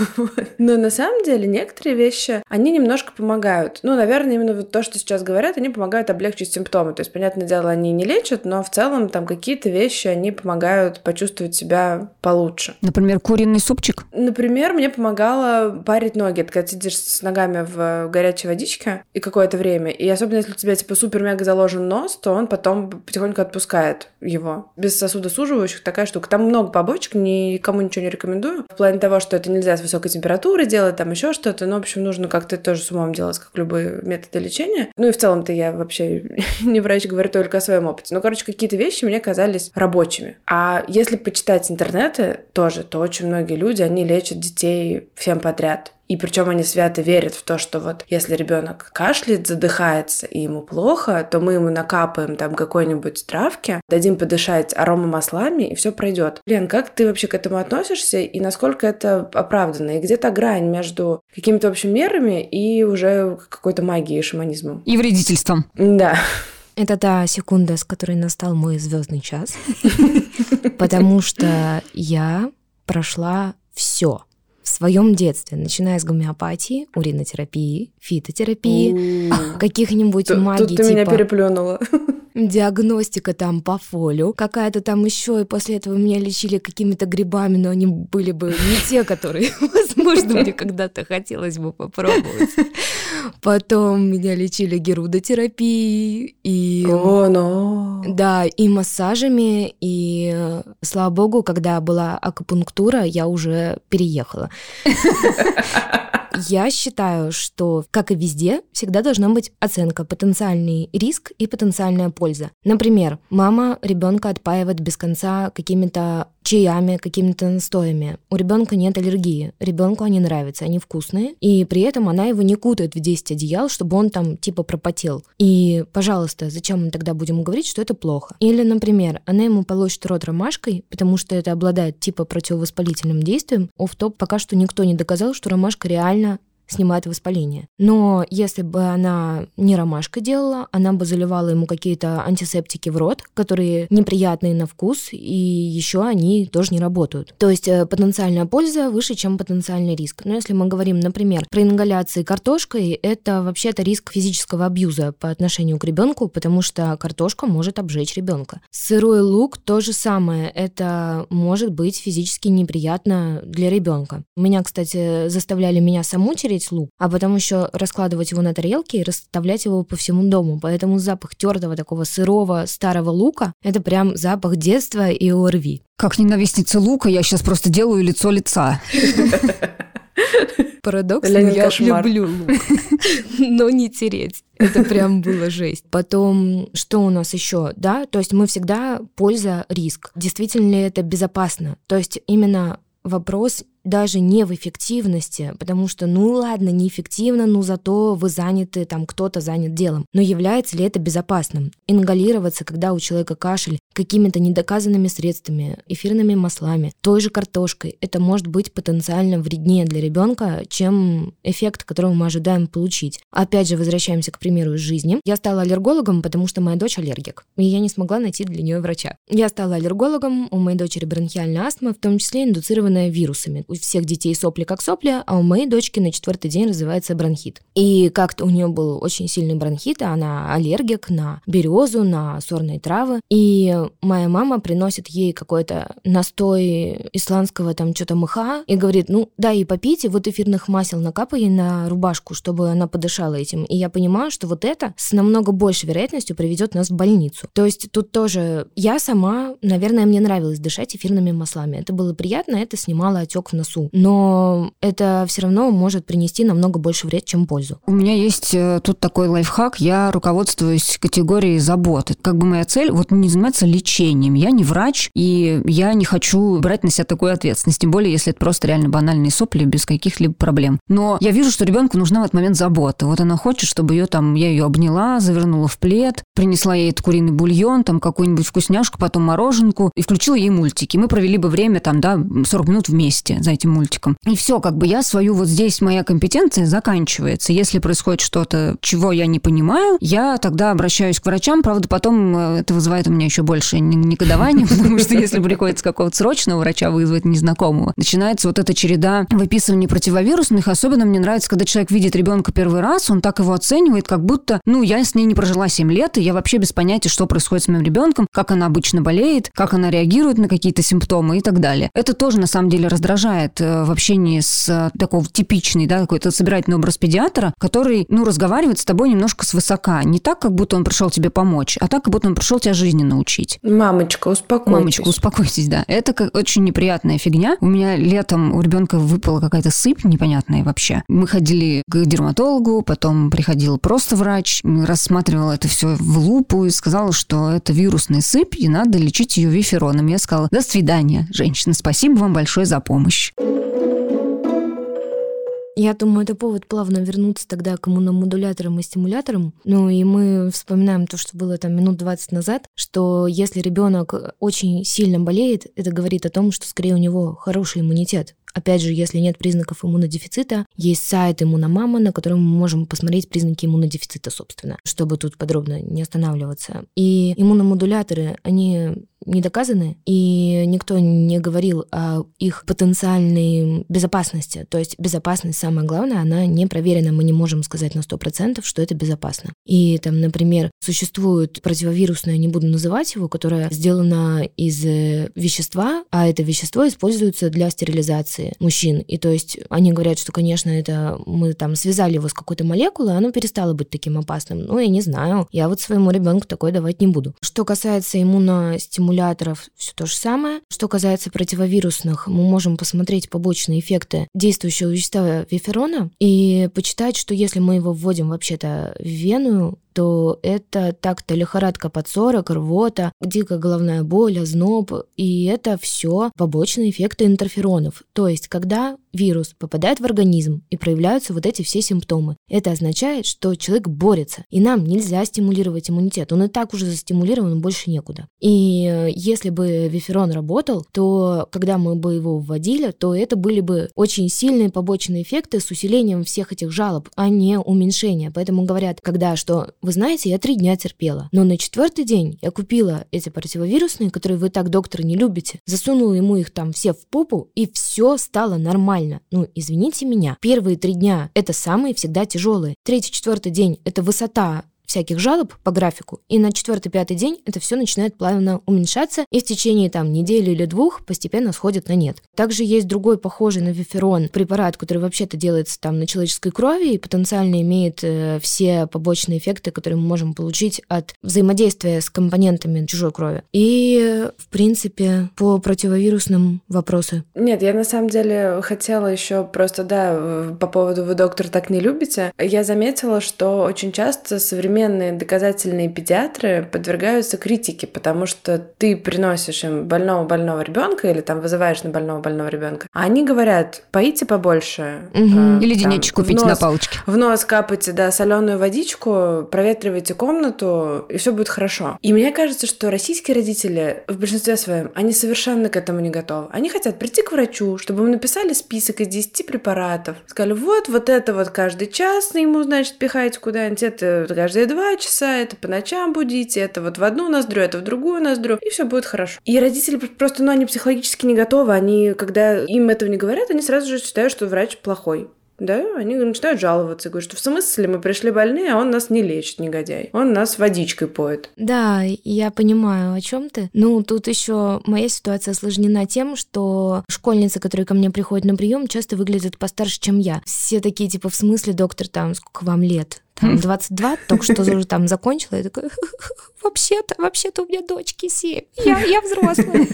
но на самом деле некоторые вещи, они немножко помогают. Ну, наверное, именно вот то, что сейчас говорят, они помогают облегчить симптомы. То есть, понятное дело, они не лечат, но в целом там какие-то вещи, они помогают почувствовать себя получше. Например, куриный супчик? Например, мне помогало парить ноги. Ты когда сидишь с ногами в горячей водичке и какое-то время, и особенно если у тебя типа супер-мега заложен нос, то он потом потихоньку отпускает его. Без сосудосуживающих такая штука. Там много побочек, никому ничего не рекомендую. В плане того, что это нельзя с высокой температурой делать, там еще что-то. Ну, в общем, нужно как-то тоже с умом делать, как любые методы лечения. Ну и в целом-то я вообще не врач, говорю только о своем опыте. Ну, короче, какие-то вещи мне казались рабочими. А если почитать интернеты тоже, то очень многие люди, они лечат детей всем подряд. И причем они свято верят в то, что вот если ребенок кашляет, задыхается и ему плохо, то мы ему накапаем там какой-нибудь травки, дадим подышать аромамаслами, и все пройдет. Лен, как ты вообще к этому относишься и насколько это оправданно? И где та грань между какими-то, в общем, мерами и уже какой-то магией и шаманизмом? И вредительством. Да. Это та секунда, с которой настал мой звездный час, потому что я прошла все в своем детстве, начиная с гомеопатии, уринотерапии, фитотерапии, каких-нибудь магий типа... Тут ты меня переплюнула. диагностика там по фолю, какая-то там еще, и после этого меня лечили какими-то грибами, но они были бы не те, которые, возможно, мне когда-то хотелось бы попробовать. Потом меня лечили герудотерапией и... О, но... Да, и массажами, и, слава богу, когда была акупунктура, я уже переехала. Я считаю, что, как и везде, всегда должна быть оценка, потенциальный риск и потенциальная польза. Например, мама ребенка отпаивает без конца какими-то чаями, какими-то настоями. У ребенка нет аллергии, ребенку они нравятся, они вкусные, и при этом она его не кутает в десять одеял, чтобы он там типа пропотел. И, пожалуйста, зачем мы тогда будем говорить, что это плохо? Или, например, она ему полощет рот ромашкой, потому что это обладает типа противовоспалительным действием. Офф-топ, пока что никто не доказал, что ромашка реально снимает воспаление. Но если бы она не ромашкой делала, она бы заливала ему какие-то антисептики в рот, которые неприятные на вкус, и еще они тоже не работают. То есть потенциальная польза выше, чем потенциальный риск. Но если мы говорим, например, про ингаляции картошкой, это вообще-то риск физического абьюза по отношению к ребенку, потому что картошка может обжечь ребенка. Сырой лук то же самое. Это может быть физически неприятно для ребенка. Меня, кстати, заставляли меня саму тереть лук, а потом еще раскладывать его на тарелке и расставлять его по всему дому. Поэтому запах тертого такого сырого старого лука — это прям запах детства и ОРВИ. Как ненавистница лука, я сейчас просто делаю лицо лица. Парадоксно, я люблю лук, но не тереть. Это прям было жесть. Потом, что у нас еще, да? То есть мы всегда польза, риск. Действительно ли это безопасно? То есть именно вопрос даже не в эффективности, потому что, ну ладно, неэффективно, но зато вы заняты, там кто-то занят делом. Но является ли это безопасным? Ингалироваться, когда у человека кашель, какими-то недоказанными средствами, эфирными маслами, той же картошкой, это может быть потенциально вреднее для ребенка, чем эффект, которого мы ожидаем получить. Опять же, возвращаемся к примеру из жизни. Я стала аллергологом, потому что моя дочь аллергик, и я не смогла найти для нее врача. Я стала аллергологом, у моей дочери бронхиальная астма, в том числе индуцированная вирусами. У всех детей сопли как сопли, а у моей дочки на четвертый день развивается бронхит. И как-то у нее был очень сильный бронхит, а она аллергик на березу, на сорные травы. И моя мама приносит ей какой-то настой исландского там что-то мыха и говорит, ну, дай ей попить, и вот эфирных масел накапай ей на рубашку, чтобы она подышала этим. И я понимаю, что вот это с намного большей вероятностью приведет нас в больницу. То есть тут тоже я сама, наверное, мне нравилось дышать эфирными маслами. Это было приятно, это снимало отек в носу. Но это все равно может принести намного больше вред, чем пользу. У меня есть тут такой лайфхак. Я руководствуюсь категорией заботы. Как бы моя цель вот не заниматься лечением. Я не врач, и я не хочу брать на себя такую ответственность. Тем более, если это просто реально банальные сопли без каких-либо проблем. Но я вижу, что ребенку нужна в этот момент забота. Вот она хочет, чтобы ее там, я ее обняла, завернула в плед, принесла ей этот куриный бульон, там какую-нибудь вкусняшку, потом мороженку, и включила ей мультики. Мы провели бы время там, да, сорок минут вместе за этим мультиком. И все, как бы я свою, вот здесь моя компетенция заканчивается. Если происходит что-то, чего я не понимаю, я тогда обращаюсь к врачам. Правда, потом это вызывает у меня еще больше негодования, потому что если приходится какого-то срочного врача вызвать незнакомого, начинается вот эта череда выписывания противовирусных. Особенно мне нравится, когда человек видит ребенка первый раз, он так его оценивает, как будто, ну, я с ней не прожила семь лет, и я вообще без понятия, что происходит с моим ребенком, как она обычно болеет, как она реагирует на какие-то симптомы и так далее. Это тоже, на самом деле, раздражает в общении с такого типичный, да, какой-то собирательный образ педиатра, который, ну, разговаривает с тобой немножко свысока. Не так, как будто он пришел тебе помочь, а так, как будто он пришел тебя жизни научить. Мамочка, успокойтесь. Мамочка, успокойтесь, да. Это как очень неприятная фигня. У меня летом у ребенка выпала какая-то сыпь непонятная вообще. Мы ходили к дерматологу, потом приходил просто врач, рассматривала это все в лупу и сказала, что это вирусная сыпь, и надо лечить ее вифероном. Я сказала, до свидания, женщина, спасибо вам большое за помощь. Я думаю, это повод плавно вернуться тогда к иммуномодуляторам и стимуляторам. Ну и мы вспоминаем то, что было там минут двадцать назад, что если ребенок очень сильно болеет, это говорит о том, что скорее у него хороший иммунитет. Опять же, если нет признаков иммунодефицита, есть сайт Иммуномама, на котором мы можем посмотреть признаки иммунодефицита, собственно, чтобы тут подробно не останавливаться. И иммуномодуляторы, они не доказаны, и никто не говорил о их потенциальной безопасности. То есть безопасность, самое главное, она не проверена. Мы не можем сказать на сто процентов, что это безопасно. И там, например, существует противовирусное, не буду называть его, которое сделано из вещества, а это вещество используется для стерилизации мужчин. И то есть они говорят, что, конечно, это мы там связали его с какой-то молекулой, оно перестало быть таким опасным. Ну, я не знаю. Я вот своему ребенку такое давать не буду. Что касается иммуностимуляторов, все то же самое. Что касается противовирусных, мы можем посмотреть побочные эффекты действующего вещества виферона и почитать, что если мы его вводим вообще-то в вену, то это так-то лихорадка под сорок, рвота, дикая головная боль, озноб, и это все побочные эффекты интерферонов. То есть, когда вирус попадает в организм и проявляются вот эти все симптомы, это означает, что человек борется, и нам нельзя стимулировать иммунитет. Он и так уже застимулирован, больше некуда. И если бы виферон работал, то когда мы бы его вводили, то это были бы очень сильные побочные эффекты с усилением всех этих жалоб, а не уменьшение. Поэтому говорят, когда что... Вы знаете, я три дня терпела, но на четвертый день я купила эти противовирусные, которые вы так, доктор, не любите, засунула ему их там все в попу, и все стало нормально. Ну, извините меня, первые три дня это самые всегда тяжелые. Третий, четвертый день это высота всяких жалоб по графику, и на четвертый-пятый день это все начинает плавно уменьшаться, и в течение там недели или двух постепенно сходит на нет. Также есть другой похожий на виферон препарат, который вообще-то делается там на человеческой крови и потенциально имеет э, все побочные эффекты, которые мы можем получить от взаимодействия с компонентами чужой крови. И, в принципе, по противовирусным вопросы. Нет, я на самом деле хотела еще просто, да, по поводу «вы, доктор, так не любите». Я заметила, что очень часто современные доказательные педиатры подвергаются критике, потому что ты приносишь им больного-больного ребенка или там вызываешь на больного-больного ребенка, а они говорят: поите побольше. Угу. Э, или леденечек купите на палочке. В нос капайте, да, соленую водичку, проветривайте комнату, и все будет хорошо. И мне кажется, что российские родители в большинстве своем, они совершенно к этому не готовы. Они хотят прийти к врачу, чтобы им написали список из десяти препаратов, сказали: вот, вот это вот каждый час ему, значит, пихайте куда-нибудь, это каждые два часа, это по ночам будите, это вот в одну ноздрю, это в другую ноздрю, и все будет хорошо. И родители просто, ну, они психологически не готовы, они, когда им этого не говорят, они сразу же считают, что врач плохой. Да, они начинают жаловаться, говорят, что в смысле мы пришли больные, а он нас не лечит, негодяй. Он нас водичкой поет. Да, я понимаю, о чем ты. Ну, тут еще моя ситуация осложнена тем, что школьницы, которые ко мне приходят на прием, часто выглядят постарше, чем я. Все такие, типа, в смысле, доктор, там, сколько вам лет? Там двадцать два, только что уже там закончила, я такая: вообще-то, вообще-то у меня дочки семь, я, я взрослая.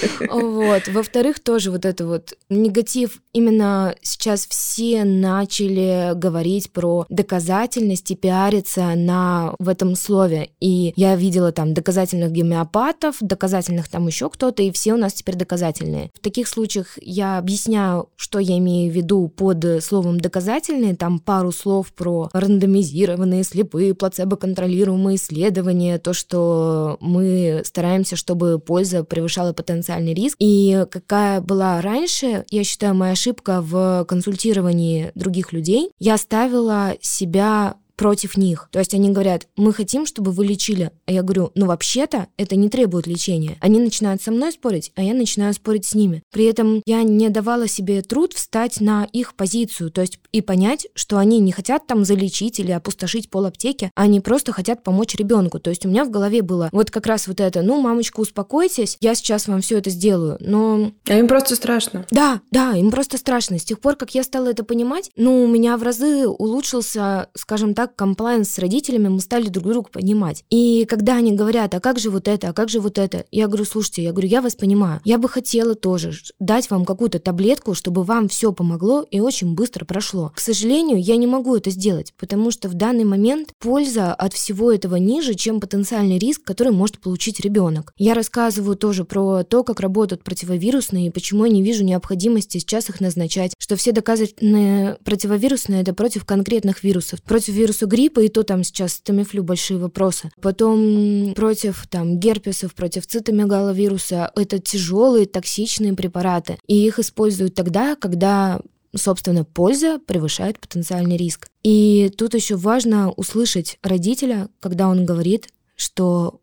Вот. Во-вторых, тоже вот это вот негатив. Именно сейчас все начали говорить про доказательность и пиариться на, в этом слове. И я видела там доказательных гомеопатов, доказательных там еще кто-то, и все у нас теперь доказательные. В таких случаях я объясняю, что я имею в виду под словом доказательные, там пару слов про рандомизированные, слепые, плацебо-контролируемые исследования, то, что мы стараемся, чтобы польза превышала потенциальный риск. И какая была раньше, я считаю, моя ошибка в консультировании других людей, я ставила себя против них. То есть они говорят: мы хотим, чтобы вы лечили. А я говорю: ну вообще-то это не требует лечения. Они начинают со мной спорить, а я начинаю спорить с ними. При этом я не давала себе труд встать на их позицию, то есть и понять, что они не хотят там залечить или опустошить пол аптеки, а они просто хотят помочь ребенку. То есть у меня в голове было вот как раз вот это: ну, мамочка, успокойтесь, я сейчас вам все это сделаю. Но... А им просто страшно. Да, да, им просто страшно. С тех пор, как я стала это понимать, ну, у меня в разы улучшился, скажем так, комплайенс с родителями, мы стали друг друга понимать. И когда они говорят: а как же вот это, а как же вот это, я говорю: слушайте, я говорю, я вас понимаю, я бы хотела тоже дать вам какую-то таблетку, чтобы вам все помогло и очень быстро прошло. К сожалению, я не могу это сделать, потому что в данный момент польза от всего этого ниже, чем потенциальный риск, который может получить ребенок. Я рассказываю тоже про то, как работают противовирусные и почему я не вижу необходимости сейчас их назначать, что все доказанные противовирусные — это против конкретных вирусов. Против вируса гриппа, и то там сейчас тамифлю большие вопросы. Потом против там герпесов, против цитомегаловируса — это тяжелые токсичные препараты. И их используют тогда, когда, собственно, польза превышает потенциальный риск. И тут еще важно услышать родителя, когда он говорит, что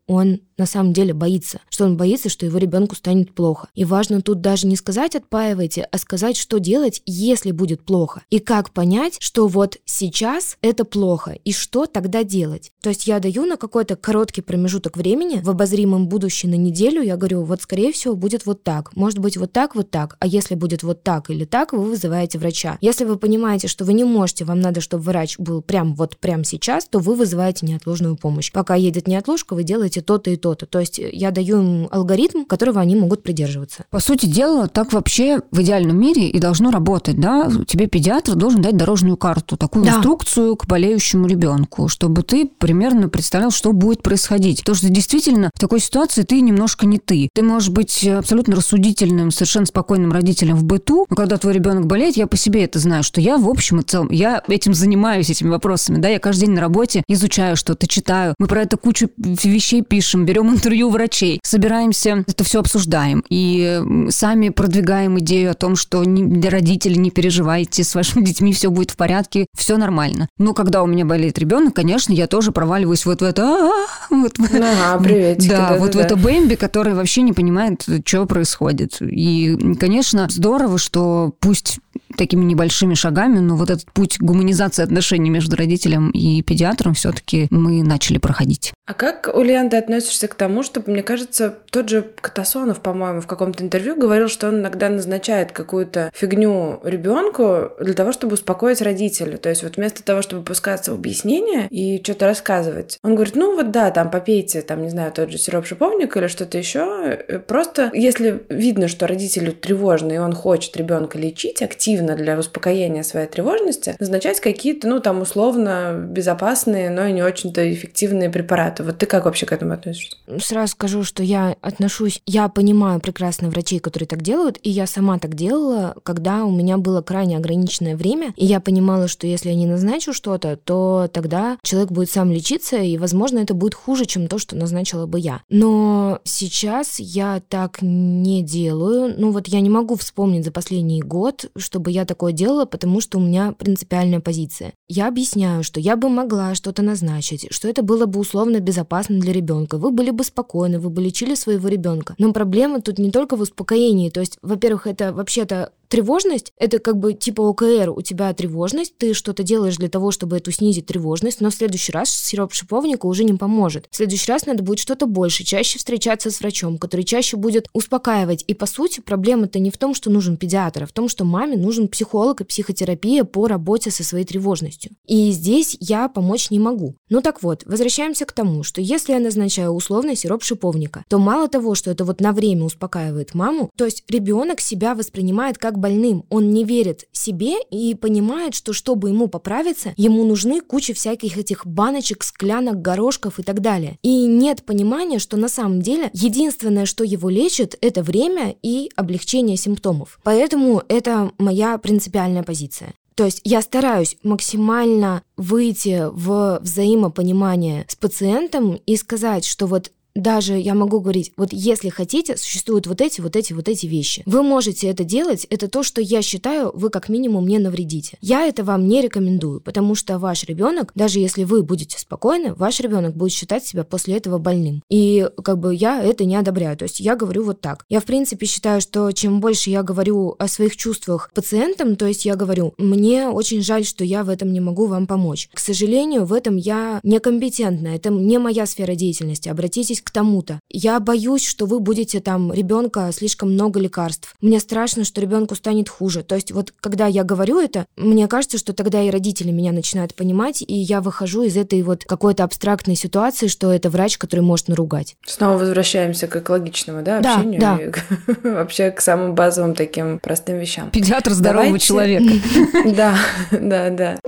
он на самом деле боится, что он боится, что его ребенку станет плохо. И важно тут даже не сказать «отпаивайте», а сказать, что делать, если будет плохо. И как понять, что вот сейчас это плохо, и что тогда делать. То есть я даю на какой-то короткий промежуток времени, в обозримом будущем на неделю, я говорю, вот скорее всего будет вот так, может быть вот так, вот так, а если будет вот так или так, вы вызываете врача. Если вы понимаете, что вы не можете, вам надо, чтобы врач был прям вот прям сейчас, то вы вызываете неотложную помощь. Пока едет неотложка, вы делаете то-то и то-то. То есть я даю им алгоритм, которого они могут придерживаться. По сути дела, так вообще в идеальном мире и должно работать, да? Тебе педиатр должен дать дорожную карту, такую Да. инструкцию к болеющему ребенку, чтобы ты примерно представлял, что будет происходить. Потому что действительно в такой ситуации ты немножко не ты. Ты можешь быть абсолютно рассудительным, совершенно спокойным родителем в быту, но когда твой ребенок болеет, я по себе это знаю, что я в общем и целом, я этим занимаюсь, этими вопросами, да, я каждый день на работе изучаю что-то, читаю, мы про это кучу вещей пишем, берем интервью врачей, собираемся, это все обсуждаем и сами продвигаем идею о том, что не, родители, не переживайте, с вашими детьми все будет в порядке, все нормально. Но когда у меня болеет ребенок, конечно, я тоже проваливаюсь вот в это... Вот, ага, приветики. Да, да, вот да, в да. это Бэмби, который вообще не понимает, что происходит. И, конечно, здорово, что пусть такими небольшими шагами, но вот этот путь гуманизации отношений между родителем и педиатром все-таки мы начали проходить. А как, Ульян, ты относишься к тому, что, мне кажется, тот же Катасонов, по-моему, в каком-то интервью говорил, что он иногда назначает какую-то фигню ребенку для того, чтобы успокоить родителей. То есть вот вместо того, чтобы пускаться в объяснения и что-то рассказывать, он говорит, ну вот да, там попейте, там, не знаю, тот же сироп шиповника или что-то еще. Просто если видно, что родителю тревожно, и он хочет ребенка лечить активно для успокоения своей тревожности, назначать какие-то, ну, там, условно безопасные, но и не очень-то эффективные препараты. Вот ты как вообще к этому относишься? Сразу скажу, что я отношусь, я понимаю прекрасно врачей, которые так делают, и я сама так делала, когда у меня было крайне ограниченное время, и я понимала, что если я не назначу что-то, то тогда человек будет сам лечиться, и, возможно, это будет хуже, чем то, что назначила бы я. Но сейчас я так не делаю. Ну вот я не могу вспомнить за последний год, чтобы я такое делала, потому что у меня принципиальная позиция. Я объясняю, что я бы могла что-то назначить, что это было бы условно безопасно для ребенка. Вы были бы спокойны, вы бы лечили своего ребенка. Но проблема тут не только в успокоении. То есть, во-первых, это вообще-то тревожность, это как бы типа ОКР, у тебя тревожность, ты что-то делаешь для того, чтобы эту снизить тревожность, но в следующий раз сироп шиповника уже не поможет. В следующий раз надо будет что-то больше, чаще встречаться с врачом, который чаще будет успокаивать. И по сути проблема-то не в том, что нужен педиатр, а в том, что маме нужен психолог и психотерапия по работе со своей тревожностью. И здесь я помочь не могу. Ну так вот, возвращаемся к тому, что если я назначаю условный сироп шиповника, то мало того, что это вот на время успокаивает маму, то есть ребенок себя воспринимает как больным. Он не верит себе и понимает, что чтобы ему поправиться, ему нужны куча всяких этих баночек, склянок, горошков и так далее. И нет понимания, что на самом деле единственное, что его лечит, это время и облегчение симптомов. Поэтому это моя принципиальная позиция. То есть я стараюсь максимально выйти в взаимопонимание с пациентом и сказать, что вот даже я могу говорить, вот если хотите, существуют вот эти, вот эти, вот эти вещи. Вы можете это делать, это то, что я считаю, вы как минимум не навредите. Я это вам не рекомендую, потому что ваш ребенок, даже если вы будете спокойны, ваш ребенок будет считать себя после этого больным. И как бы я это не одобряю. То есть я говорю вот так. Я в принципе считаю, что чем больше я говорю о своих чувствах пациентам, то есть я говорю, мне очень жаль, что я в этом не могу вам помочь. К сожалению, в этом я некомпетентна, это не моя сфера деятельности. Обратитесь к тому-то. Я боюсь, что вы будете там ребенка слишком много лекарств. Мне страшно, что ребенку станет хуже. То есть вот когда я говорю это, мне кажется, что тогда и родители меня начинают понимать, и я выхожу из этой вот какой-то абстрактной ситуации, что это врач, который может наругать. Снова возвращаемся к экологичному, да, общению, да, и к, вообще к самым базовым таким простым вещам. Педиатр здорового Давайте... человека. Да, да, да.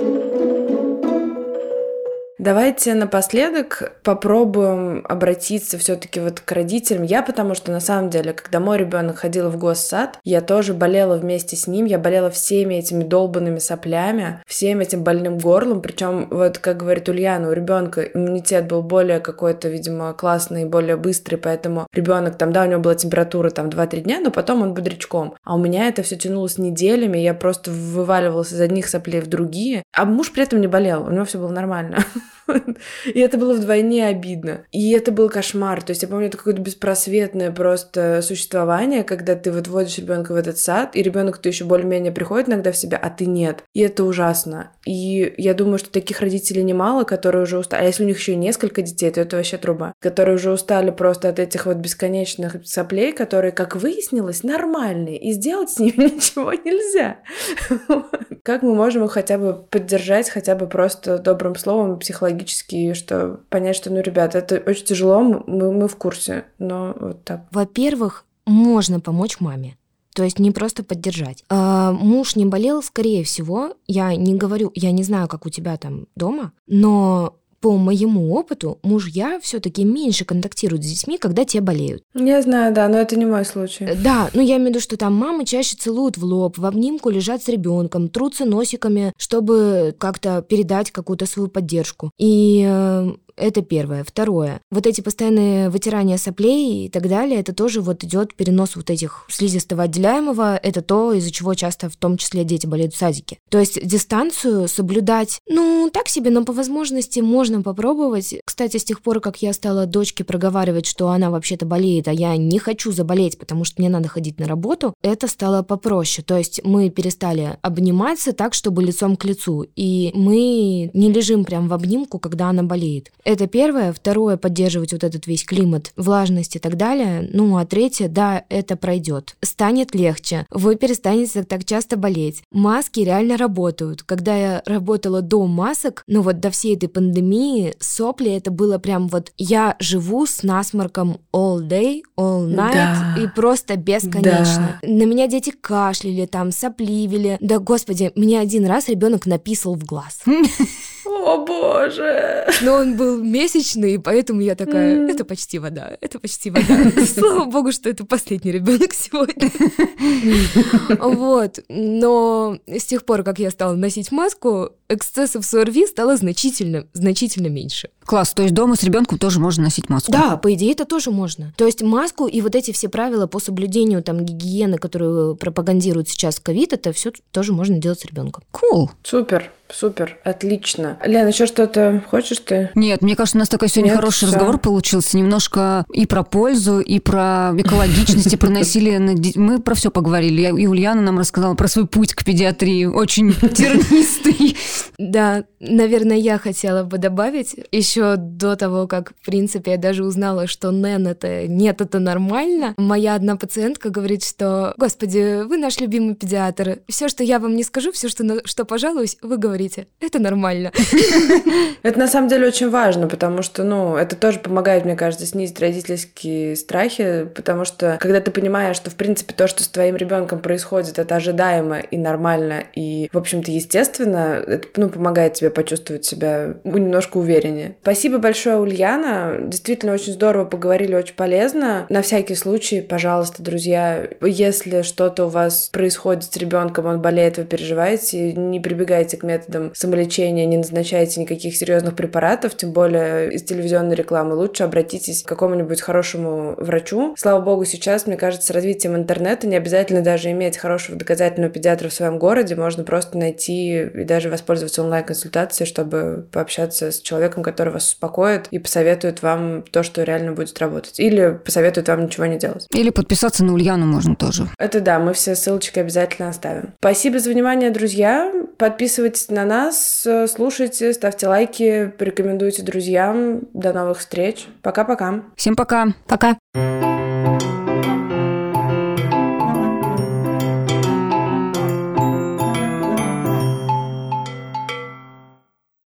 Давайте напоследок попробуем обратиться все-таки вот к родителям. Я, потому что на самом деле, когда мой ребенок ходил в госсад, я тоже болела вместе с ним, я болела всеми этими долбанными соплями, всем этим больным горлом, причем вот, как говорит Ульяна, у ребенка иммунитет был более какой-то, видимо, классный, более быстрый, поэтому ребенок там, да, у него была температура там два-три дня, но потом он бодрячком. А у меня это все тянулось неделями, я просто вываливалась из одних соплей в другие, а муж при этом не болел, у него все было нормально. И это было вдвойне обидно. И это был кошмар. То есть я помню, это какое-то беспросветное просто существование, когда ты вот водишь ребенка в этот сад, и ребенок-то еще более-менее приходит иногда в себя, а ты нет. И это ужасно. И я думаю, что таких родителей немало, которые уже устали. А если у них еще и несколько детей, то это вообще труба. Которые уже устали просто от этих вот бесконечных соплей, которые, как выяснилось, нормальные. И сделать с ними ничего нельзя. Как мы можем их хотя бы поддержать, хотя бы просто добрым словом, психологически, что понять, что, ну, ребята, это очень тяжело, мы, мы в курсе, но вот так. Во-первых, можно помочь маме. То есть не просто поддержать. А, муж не болел, скорее всего, я не говорю, я не знаю, как у тебя там дома, но по моему опыту мужья все-таки меньше контактируют с детьми, когда те болеют. Я знаю, да, но это не мой случай. Да, но я имею в виду, что там мамы чаще целуют в лоб, в обнимку лежат с ребенком, трутся носиками, чтобы как-то передать какую-то свою поддержку. И э, это первое. Второе. Вот эти постоянные вытирания соплей и так далее, это тоже вот идет перенос вот этих слизистого отделяемого, это то, из-за чего часто в том числе дети болеют в садике. То есть дистанцию соблюдать, ну, так себе, но по возможности можно попробовать. Кстати, с тех пор, как я стала дочке проговаривать, что она вообще-то болеет, а я не хочу заболеть, потому что мне надо ходить на работу, это стало попроще. То есть мы перестали обниматься так, чтобы лицом к лицу, и мы не лежим прям в обнимку, когда она болеет. Это первое. Второе, поддерживать вот этот весь климат, влажность и так далее. Ну, а третье, да, это пройдет. Станет легче. Вы перестанете так часто болеть. Маски реально работают. Когда я работала до масок, ну вот до всей этой пандемии, сопли, это было прям вот я живу с насморком all day, all night, да. И просто бесконечно. Да. На меня дети кашляли, там, сопливили. Да, господи, мне один раз ребенок написал в глаз. О, боже! Но он был месячный, поэтому я такая, mm. это почти вода, это почти вода. Слава богу, что это последний ребенок сегодня. Вот. Но с тех пор, как я стала носить маску, эксцессов с ОРВИ стало значительно, значительно меньше. Класс, то есть дома с ребенком тоже можно носить маску? Да, по идее, это тоже можно. То есть маску и вот эти все правила по соблюдению там гигиены, которые пропагандируют сейчас ковид, это все тоже можно делать с ребенком. Cool. Супер. Супер, отлично. Лен, еще что-то хочешь ты? Нет, мне кажется, у нас такой сегодня Нет, хороший все. разговор получился. Немножко и про пользу, и про экологичность, и про насилие над детьми. Мы про все поговорили. И Ульяна нам рассказала про свой путь к педиатрии. Очень тернистый. Да, наверное, я хотела бы добавить еще до того, как, в принципе, я даже узнала, что НЭН это нет, это нормально. Моя одна пациентка говорит, что, господи, вы наш любимый педиатр. Все, что я вам не скажу, все, что, что пожалуюсь, вы говорите. Это нормально. Это на самом деле очень важно, потому что, ну, это тоже помогает, мне кажется, снизить родительские страхи, потому что, когда ты понимаешь, что, в принципе, то, что с твоим ребенком происходит, это ожидаемо и нормально, и, в общем-то, естественно, это, ну, помогает тебе почувствовать себя немножко увереннее. Спасибо большое, Ульяна. Действительно, очень здорово поговорили, очень полезно. На всякий случай, пожалуйста, друзья, если что-то у вас происходит с ребенком, он болеет, вы переживаете, не прибегайте к методам самолечения, не назначайте никаких серьезных препаратов, тем более из телевизионной рекламы. Лучше обратитесь к какому-нибудь хорошему врачу. Слава богу, сейчас, мне кажется, с развитием интернета не обязательно даже иметь хорошего доказательного педиатра в своем городе, можно просто найти и даже воспользоваться онлайн-консультацией, чтобы пообщаться с человеком, который вас успокоит и посоветует вам то, что реально будет работать. Или посоветует вам ничего не делать. Или подписаться на Ульяну можно тоже. Это да, мы все ссылочки обязательно оставим. Спасибо за внимание, друзья. Подписывайтесь на нас, слушайте, ставьте лайки, порекомендуйте друзьям. До новых встреч. Пока-пока. Всем пока. Пока.